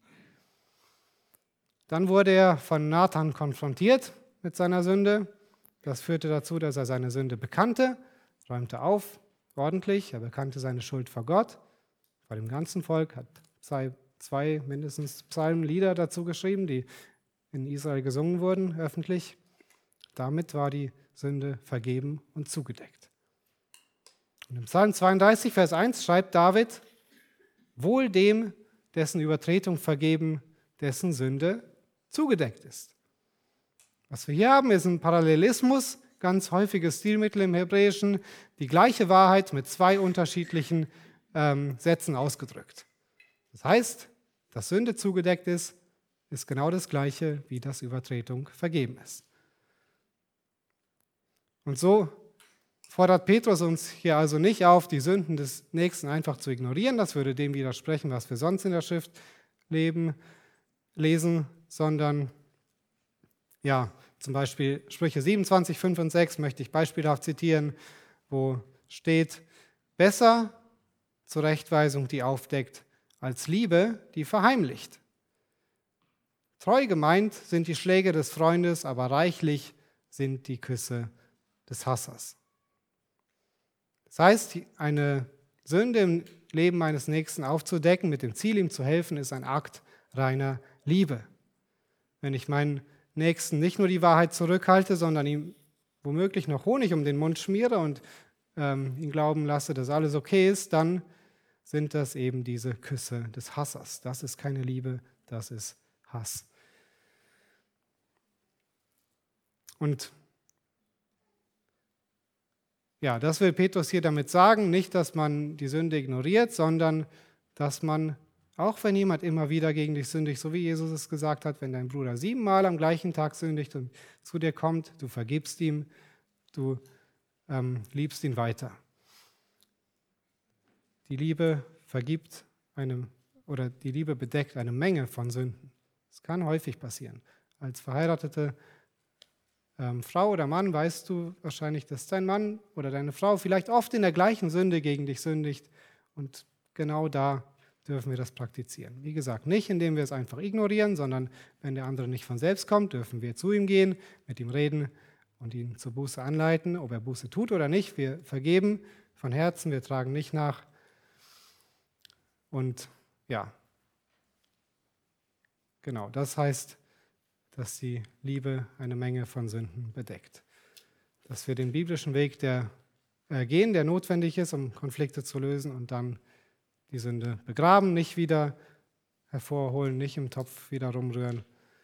Dann wurde er von Nathan konfrontiert mit seiner Sünde. Das führte dazu, dass er seine Sünde bekannte, räumte auf, ordentlich. Er bekannte seine Schuld vor Gott, vor dem ganzen Volk, hat zwei, zwei mindestens Psalmenlieder dazu geschrieben, die in Israel gesungen wurden, öffentlich. Damit war die Sünde vergeben und zugedeckt. Und im Psalm zweiunddreißig, Vers eins schreibt David, wohl dem, dessen Übertretung vergeben, dessen Sünde zugedeckt ist. Was wir hier haben, ist ein Parallelismus, ganz häufiges Stilmittel im Hebräischen, die gleiche Wahrheit mit zwei unterschiedlichen ähm, Sätzen ausgedrückt. Das heißt, dass Sünde zugedeckt ist, ist genau das Gleiche, wie dass Übertretung vergeben ist. Und so fordert Petrus uns hier also nicht auf, die Sünden des Nächsten einfach zu ignorieren. Das würde dem widersprechen, was wir sonst in der Schrift leben, lesen, sondern ja, zum Beispiel Sprüche siebenundzwanzig, fünf und sechs möchte ich beispielhaft zitieren, wo steht, besser Zurechtweisung, die aufdeckt, als Liebe, die verheimlicht. Treu gemeint sind die Schläge des Freundes, aber reichlich sind die Küsse des Hassers. Das heißt, eine Sünde im Leben meines Nächsten aufzudecken, mit dem Ziel, ihm zu helfen, ist ein Akt reiner Liebe. Wenn ich meinen Nächsten nicht nur die Wahrheit zurückhalte, sondern ihm womöglich noch Honig um den Mund schmiere und ähm, ihn glauben lasse, dass alles okay ist, dann sind das eben diese Küsse des Hassers. Das ist keine Liebe, das ist Hass. Und ja, das will Petrus hier damit sagen, nicht, dass man die Sünde ignoriert, sondern dass man, auch wenn jemand immer wieder gegen dich sündigt, so wie Jesus es gesagt hat, wenn dein Bruder siebenmal am gleichen Tag sündigt und zu dir kommt, du vergibst ihm, du ähm, liebst ihn weiter. Die Liebe vergibt einem, oder die Liebe bedeckt eine Menge von Sünden. Das kann häufig passieren. Als verheiratete ähm, Frau oder Mann weißt du wahrscheinlich, dass dein Mann oder deine Frau vielleicht oft in der gleichen Sünde gegen dich sündigt. Und genau da dürfen wir das praktizieren. Wie gesagt, nicht indem wir es einfach ignorieren, sondern wenn der andere nicht von selbst kommt, dürfen wir zu ihm gehen, mit ihm reden und ihn zur Buße anleiten, ob er Buße tut oder nicht. Wir vergeben von Herzen, wir tragen nicht nach. Und ja, genau, das heißt, dass die Liebe eine Menge von Sünden bedeckt. Dass wir den biblischen Weg der, äh, gehen, der notwendig ist, um Konflikte zu lösen und dann die Sünde begraben, nicht wieder hervorholen, nicht im Topf wieder rumrühren.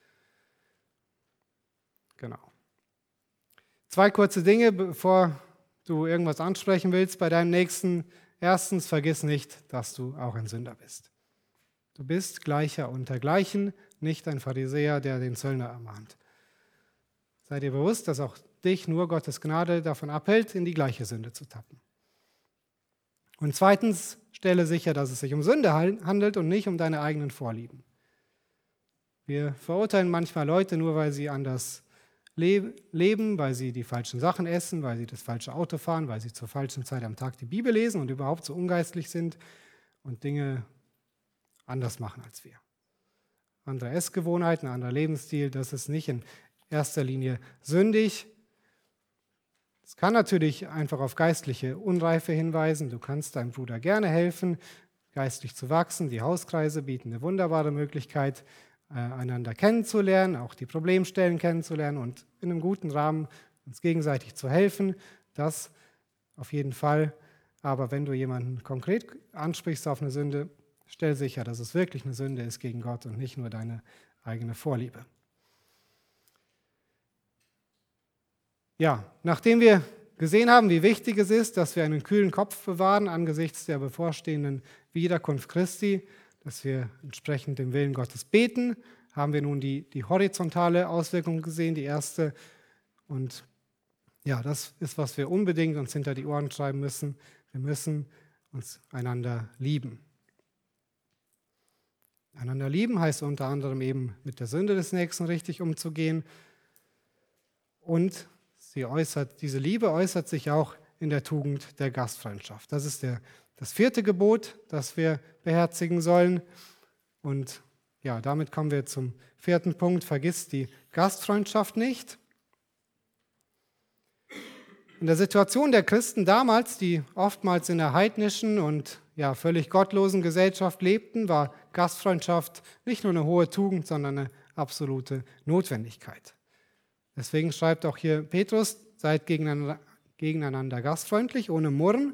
Genau. Zwei kurze Dinge, bevor du irgendwas ansprechen willst bei deinem Nächsten. Erstens, vergiss nicht, dass du auch ein Sünder bist. Du bist Gleicher unter Gleichen, nicht ein Pharisäer, der den Zöllner ermahnt. Sei dir bewusst, dass auch dich nur Gottes Gnade davon abhält, in die gleiche Sünde zu tappen. Und zweitens, stelle sicher, dass es sich um Sünde handelt und nicht um deine eigenen Vorlieben. Wir verurteilen manchmal Leute nur, weil sie anders leben, weil sie die falschen Sachen essen, weil sie das falsche Auto fahren, weil sie zur falschen Zeit am Tag die Bibel lesen und überhaupt so ungeistlich sind und Dinge anders machen als wir. Andere Essgewohnheiten, anderer Lebensstil, das ist nicht in erster Linie sündig. Es kann natürlich einfach auf geistliche Unreife hinweisen. Du kannst deinem Bruder gerne helfen, geistlich zu wachsen. Die Hauskreise bieten eine wunderbare Möglichkeit, einander kennenzulernen, auch die Problemstellen kennenzulernen und in einem guten Rahmen uns gegenseitig zu helfen. Das auf jeden Fall. Aber wenn du jemanden konkret ansprichst auf eine Sünde, stell sicher, dass es wirklich eine Sünde ist gegen Gott und nicht nur deine eigene Vorliebe. Ja, nachdem wir gesehen haben, wie wichtig es ist, dass wir einen kühlen Kopf bewahren angesichts der bevorstehenden Wiederkunft Christi, dass wir entsprechend dem Willen Gottes beten, haben wir nun die, die horizontale Auswirkung gesehen, die erste. Und ja, das ist, was wir unbedingt uns hinter die Ohren schreiben müssen. Wir müssen uns einander lieben. Einander lieben heißt unter anderem eben mit der Sünde des Nächsten richtig umzugehen. Und sie äußert, diese Liebe äußert sich auch in der Tugend der Gastfreundschaft. Das ist der, das vierte Gebot, das wir beherzigen sollen. Und ja, damit kommen wir zum vierten Punkt. Vergiss die Gastfreundschaft nicht. In der Situation der Christen damals, die oftmals in der heidnischen und ja, völlig gottlosen Gesellschaft lebten, war Gastfreundschaft nicht nur eine hohe Tugend, sondern eine absolute Notwendigkeit. Deswegen schreibt auch hier Petrus, seid gegeneinander, gegeneinander gastfreundlich, ohne Murren.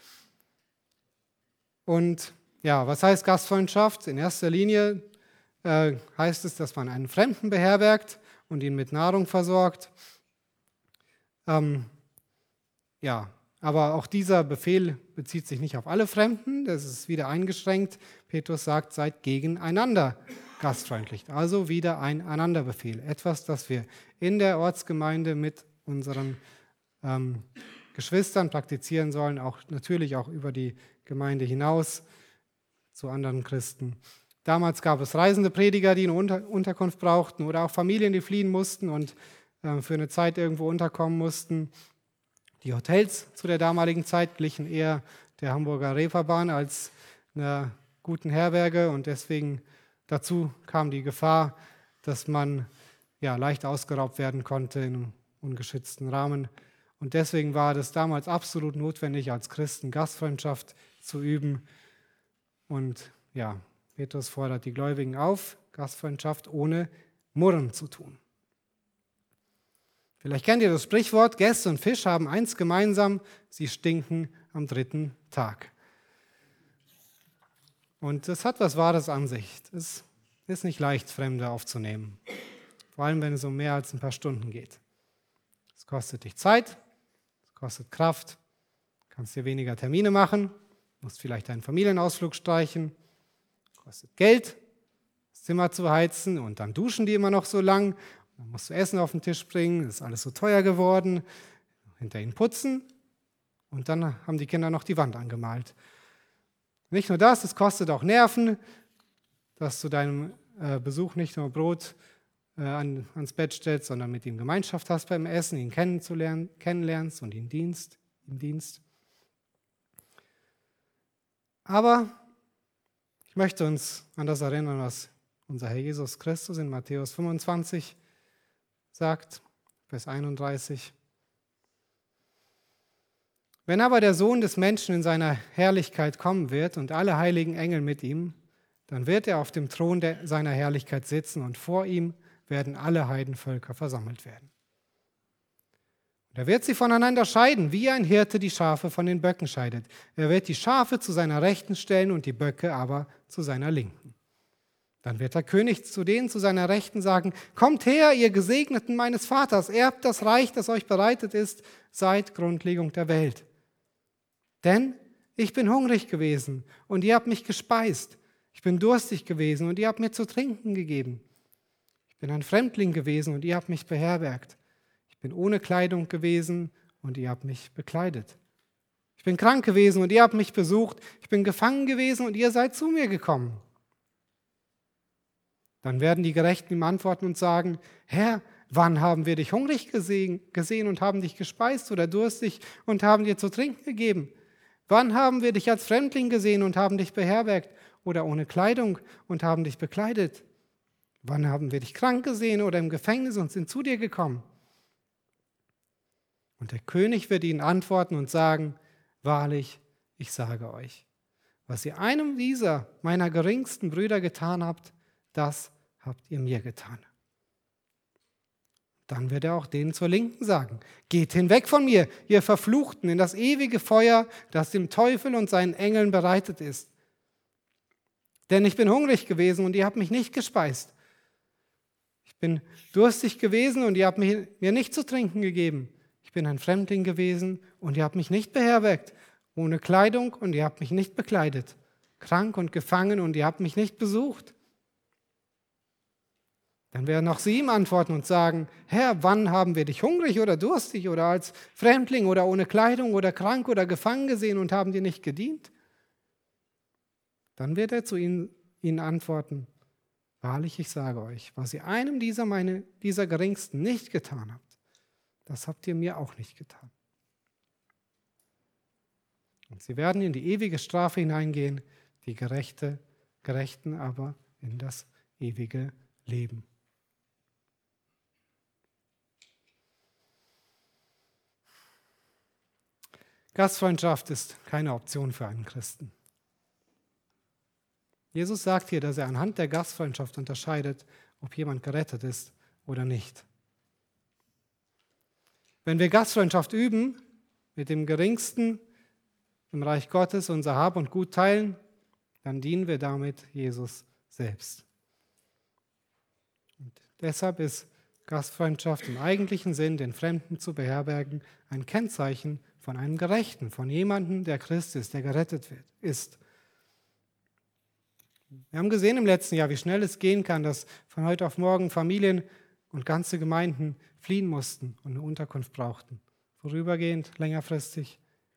Und ja, was heißt Gastfreundschaft? In erster Linie äh, heißt es, dass man einen Fremden beherbergt und ihn mit Nahrung versorgt. Ähm, ja, aber auch dieser Befehl bezieht sich nicht auf alle Fremden, das ist wieder eingeschränkt. Petrus sagt, seid gegeneinander gastfreundlich. Also wieder ein Einanderbefehl. Etwas, das wir in der Ortsgemeinde mit unseren ähm, Geschwistern praktizieren sollen, auch natürlich auch über die Gemeinde hinaus zu anderen Christen. Damals gab es reisende Prediger, die eine Unter- Unterkunft brauchten oder auch Familien, die fliehen mussten und äh, für eine Zeit irgendwo unterkommen mussten. Die Hotels zu der damaligen Zeit glichen eher der Hamburger Reeperbahn als einer guten Herberge und deswegen dazu kam die Gefahr, dass man ja, leicht ausgeraubt werden konnte in einem ungeschützten Rahmen. Und deswegen war das damals absolut notwendig, als Christen Gastfreundschaft zu üben. Und ja, Petrus fordert die Gläubigen auf, Gastfreundschaft ohne Murren zu tun. Vielleicht kennt ihr das Sprichwort, Gäste und Fisch haben eins gemeinsam, sie stinken am dritten Tag. Und das hat was Wahres an sich. Es ist nicht leicht, Fremde aufzunehmen, vor allem wenn es um mehr als ein paar Stunden geht. Es kostet dich Zeit, es kostet Kraft, du kannst dir weniger Termine machen, musst vielleicht einen Familienausflug streichen, kostet Geld, das Zimmer zu heizen und dann duschen die immer noch so lang. Dann musst du Essen auf den Tisch bringen, das ist alles so teuer geworden, hinter ihnen putzen und dann haben die Kinder noch die Wand angemalt. Nicht nur das, es kostet auch Nerven, dass zu deinem äh, Besuch nicht nur Brot äh, an, ans Bett stellst, sondern mit ihm Gemeinschaft hast beim Essen, ihn kennenzulernen, kennenlernst und ihn dienst, ihm dienst. Aber ich möchte uns an das erinnern, was unser Herr Jesus Christus in Matthäus fünfundzwanzig sagt, Vers einunddreißig. Wenn aber der Sohn des Menschen in seiner Herrlichkeit kommen wird und alle heiligen Engel mit ihm, dann wird er auf dem Thron der, seiner Herrlichkeit sitzen und vor ihm werden alle Heidenvölker versammelt werden. Und er wird sie voneinander scheiden, wie ein Hirte die Schafe von den Böcken scheidet. Er wird die Schafe zu seiner Rechten stellen und die Böcke aber zu seiner Linken. Dann wird der König zu denen zu seiner Rechten sagen, kommt her, ihr Gesegneten meines Vaters, erbt das Reich, das euch bereitet ist, seit Grundlegung der Welt. Denn ich bin hungrig gewesen und ihr habt mich gespeist. Ich bin durstig gewesen und ihr habt mir zu trinken gegeben. Ich bin ein Fremdling gewesen und ihr habt mich beherbergt. Ich bin ohne Kleidung gewesen und ihr habt mich bekleidet. Ich bin krank gewesen und ihr habt mich besucht. Ich bin gefangen gewesen und ihr seid zu mir gekommen. Dann werden die Gerechten ihm antworten und sagen, Herr, wann haben wir dich hungrig gesehen, gesehen und haben dich gespeist oder durstig und haben dir zu trinken gegeben? Wann haben wir dich als Fremdling gesehen und haben dich beherbergt oder ohne Kleidung und haben dich bekleidet? Wann haben wir dich krank gesehen oder im Gefängnis und sind zu dir gekommen? Und der König wird ihnen antworten und sagen, wahrlich, ich sage euch, was ihr einem dieser meiner geringsten Brüder getan habt, das habt ihr mir getan. Dann wird er auch denen zur Linken sagen, geht hinweg von mir, ihr Verfluchten, in das ewige Feuer, das dem Teufel und seinen Engeln bereitet ist. Denn ich bin hungrig gewesen und ihr habt mich nicht gespeist. Ich bin durstig gewesen und ihr habt mir nicht zu trinken gegeben. Ich bin ein Fremdling gewesen und ihr habt mich nicht beherbergt, ohne Kleidung und ihr habt mich nicht bekleidet, krank und gefangen und ihr habt mich nicht besucht. Dann werden auch sie ihm antworten und sagen, Herr, wann haben wir dich hungrig oder durstig oder als Fremdling oder ohne Kleidung oder krank oder gefangen gesehen und haben dir nicht gedient? Dann wird er zu ihnen, ihnen antworten, wahrlich, ich sage euch, was ihr einem dieser, meine, dieser Geringsten nicht getan habt, das habt ihr mir auch nicht getan. Und sie werden in die ewige Strafe hineingehen, die Gerechte, Gerechten aber in das ewige Leben. Gastfreundschaft ist keine Option für einen Christen. Jesus sagt hier, dass er anhand der Gastfreundschaft unterscheidet, ob jemand gerettet ist oder nicht. Wenn wir Gastfreundschaft üben, mit dem Geringsten im Reich Gottes unser Hab und Gut teilen, dann dienen wir damit Jesus selbst. Und deshalb ist Gastfreundschaft im eigentlichen Sinn, den Fremden zu beherbergen, ein Kennzeichen von einem Gerechten, von jemandem, der Christ ist, der gerettet wird, ist. Wir haben gesehen im letzten Jahr, wie schnell es gehen kann, dass von heute auf morgen Familien und ganze Gemeinden fliehen mussten und eine Unterkunft brauchten. Vorübergehend, längerfristig.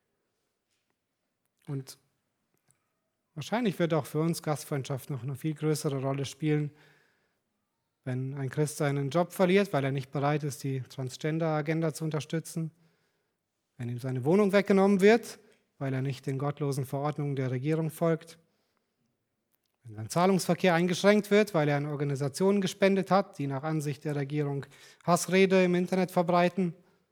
Und wahrscheinlich wird auch für uns Gastfreundschaft noch eine viel größere Rolle spielen, wenn ein Christ seinen Job verliert, weil er nicht bereit ist, die Transgender-Agenda zu unterstützen, wenn ihm seine Wohnung weggenommen wird, weil er nicht den gottlosen Verordnungen der Regierung folgt, wenn sein Zahlungsverkehr eingeschränkt wird, weil er an Organisationen gespendet hat, die nach Ansicht der Regierung Hassrede im Internet verbreiten.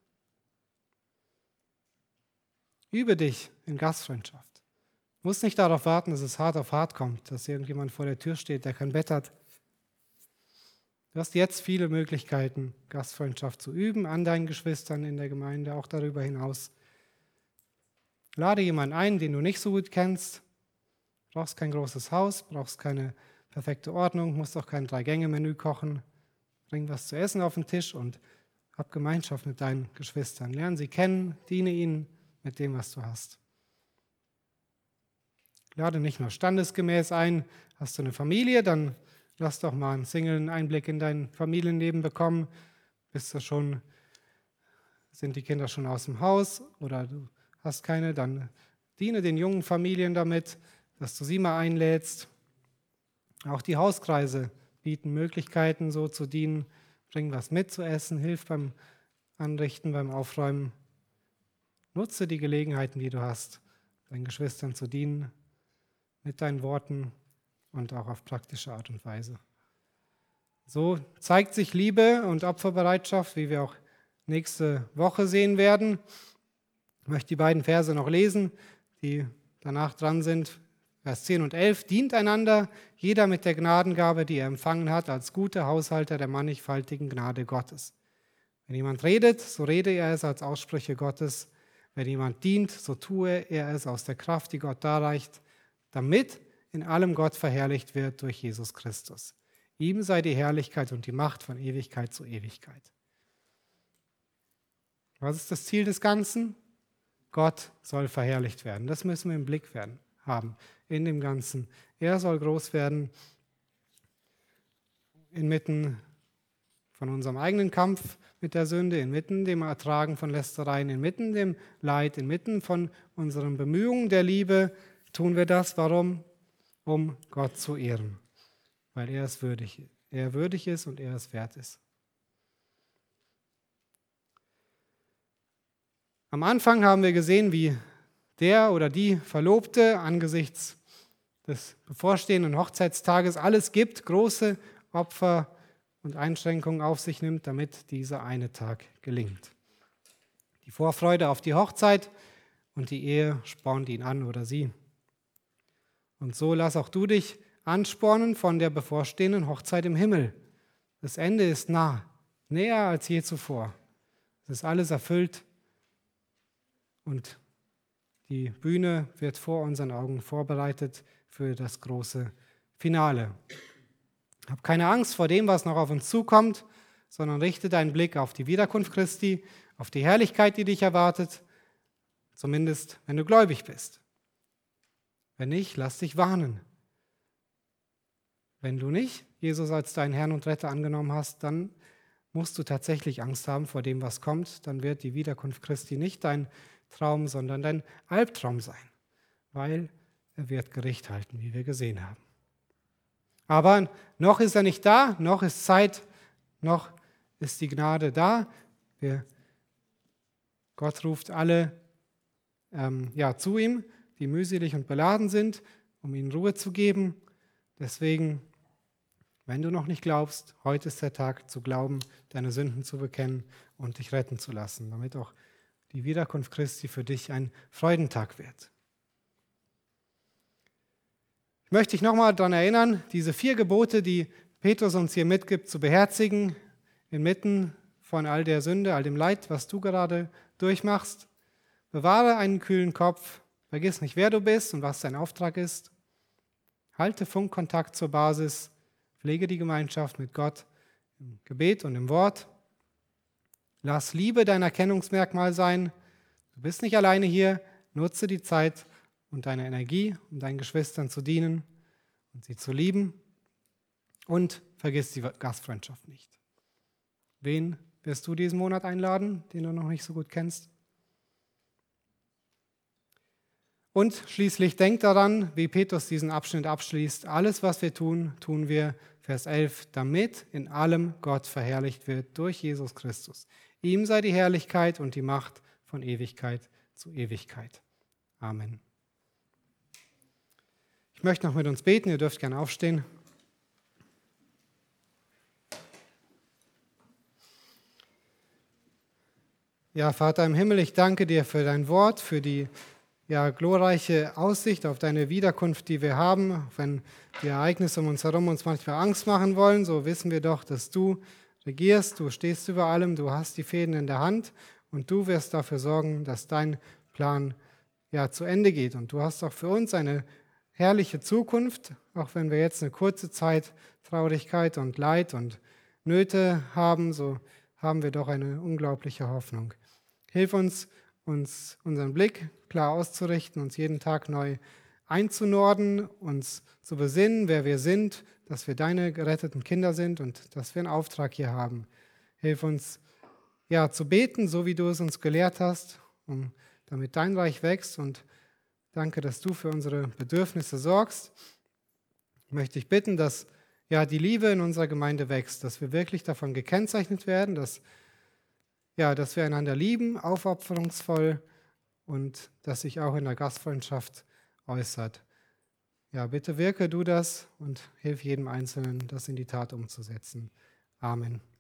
Übe dich in Gastfreundschaft. Du musst nicht darauf warten, dass es hart auf hart kommt, dass irgendjemand vor der Tür steht, der kein Bett hat. Du hast jetzt viele Möglichkeiten, Gastfreundschaft zu üben an deinen Geschwistern in der Gemeinde, auch darüber hinaus. Lade jemanden ein, den du nicht so gut kennst. Du brauchst kein großes Haus, brauchst keine perfekte Ordnung, musst auch kein Drei-Gänge-Menü kochen. Bring was zu essen auf den Tisch und hab Gemeinschaft mit deinen Geschwistern. Lerne sie kennen, diene ihnen mit dem, was du hast. Lade nicht nur standesgemäß ein, hast du eine Familie, dann lass doch mal einen Single einen Einblick in dein Familienleben bekommen. Bist du schon, sind die Kinder schon aus dem Haus oder du hast keine, dann diene den jungen Familien damit, dass du sie mal einlädst. Auch die Hauskreise bieten Möglichkeiten, so zu dienen, bringen was mit zu essen, hilf beim Anrichten, beim Aufräumen. Nutze die Gelegenheiten, die du hast, deinen Geschwistern zu dienen, mit deinen Worten und auch auf praktische Art und Weise. So zeigt sich Liebe und Opferbereitschaft, wie wir auch nächste Woche sehen werden. Ich möchte die beiden Verse noch lesen, die danach dran sind. Vers zehn und elf. Dient einander, jeder mit der Gnadengabe, die er empfangen hat, als gute Haushalter der mannigfaltigen Gnade Gottes. Wenn jemand redet, so rede er es als Aussprüche Gottes. Wenn jemand dient, so tue er es aus der Kraft, die Gott darreicht, damit in allem Gott verherrlicht wird durch Jesus Christus. Ihm sei die Herrlichkeit und die Macht von Ewigkeit zu Ewigkeit. Was ist das Ziel des Ganzen? Gott soll verherrlicht werden. Das müssen wir im Blick werden, haben, in dem Ganzen. Er soll groß werden inmitten von unserem eigenen Kampf mit der Sünde, inmitten dem Ertragen von Lästereien, inmitten dem Leid, inmitten von unseren Bemühungen der Liebe. Tun wir das, warum? Um Gott zu ehren, weil er es würdig, er würdig ist und er es wert ist. Am Anfang haben wir gesehen, wie der oder die Verlobte angesichts des bevorstehenden Hochzeitstages alles gibt, große Opfer und Einschränkungen auf sich nimmt, damit dieser eine Tag gelingt. Die Vorfreude auf die Hochzeit und die Ehe spornt ihn an oder sie. Und so lass auch du dich anspornen von der bevorstehenden Hochzeit im Himmel. Das Ende ist nah, näher als je zuvor. Es ist alles erfüllt. Und die Bühne wird vor unseren Augen vorbereitet für das große Finale. Hab keine Angst vor dem, was noch auf uns zukommt, sondern richte deinen Blick auf die Wiederkunft Christi, auf die Herrlichkeit, die dich erwartet, zumindest wenn du gläubig bist. Wenn nicht, lass dich warnen. Wenn du nicht Jesus als deinen Herrn und Retter angenommen hast, dann musst du tatsächlich Angst haben vor dem, was kommt. Dann wird die Wiederkunft Christi nicht dein Traum, sondern dein Albtraum sein, weil er wird Gericht halten, wie wir gesehen haben. Aber noch ist er nicht da, noch ist Zeit, noch ist die Gnade da. Wir, Gott ruft alle ähm, ja, zu ihm, die mühselig und beladen sind, um ihnen Ruhe zu geben. Deswegen, wenn du noch nicht glaubst, heute ist der Tag zu glauben, deine Sünden zu bekennen und dich retten zu lassen, damit auch die Wiederkunft Christi für dich ein Freudentag wird. Ich möchte dich nochmal daran erinnern, diese vier Gebote, die Petrus uns hier mitgibt, zu beherzigen, inmitten von all der Sünde, all dem Leid, was du gerade durchmachst. Bewahre einen kühlen Kopf, vergiss nicht, wer du bist und was dein Auftrag ist. Halte Funkkontakt zur Basis, pflege die Gemeinschaft mit Gott im Gebet und im Wort. Lass Liebe dein Erkennungsmerkmal sein. Du bist nicht alleine hier. Nutze die Zeit und deine Energie, um deinen Geschwistern zu dienen und sie zu lieben. Und vergiss die Gastfreundschaft nicht. Wen wirst du diesen Monat einladen, den du noch nicht so gut kennst? Und schließlich denk daran, wie Petrus diesen Abschnitt abschließt. Alles, was wir tun, tun wir, Vers elf, damit in allem Gott verherrlicht wird durch Jesus Christus. Ihm sei die Herrlichkeit und die Macht von Ewigkeit zu Ewigkeit. Amen. Ich möchte noch mit uns beten, ihr dürft gerne aufstehen. Ja, Vater im Himmel, ich danke dir für dein Wort, für die ja, glorreiche Aussicht auf deine Wiederkunft, die wir haben. Wenn die Ereignisse um uns herum uns manchmal Angst machen wollen, so wissen wir doch, dass du regierst, du stehst über allem, du hast die Fäden in der Hand und du wirst dafür sorgen, dass dein Plan ja, zu Ende geht. Und du hast auch für uns eine herrliche Zukunft, auch wenn wir jetzt eine kurze Zeit Traurigkeit und Leid und Nöte haben, so haben wir doch eine unglaubliche Hoffnung. Hilf uns, uns unseren Blick klar auszurichten, uns jeden Tag neu einzunorden, uns zu besinnen, wer wir sind, dass wir deine geretteten Kinder sind und dass wir einen Auftrag hier haben. Hilf uns, ja, zu beten, so wie du es uns gelehrt hast, um, damit dein Reich wächst, und danke, dass du für unsere Bedürfnisse sorgst. Ich möchte dich bitten, dass ja, die Liebe in unserer Gemeinde wächst, dass wir wirklich davon gekennzeichnet werden, dass, ja, dass wir einander lieben, aufopferungsvoll und das sich auch in der Gastfreundschaft äußert. Ja, bitte wirke du das und hilf jedem Einzelnen, das in die Tat umzusetzen. Amen.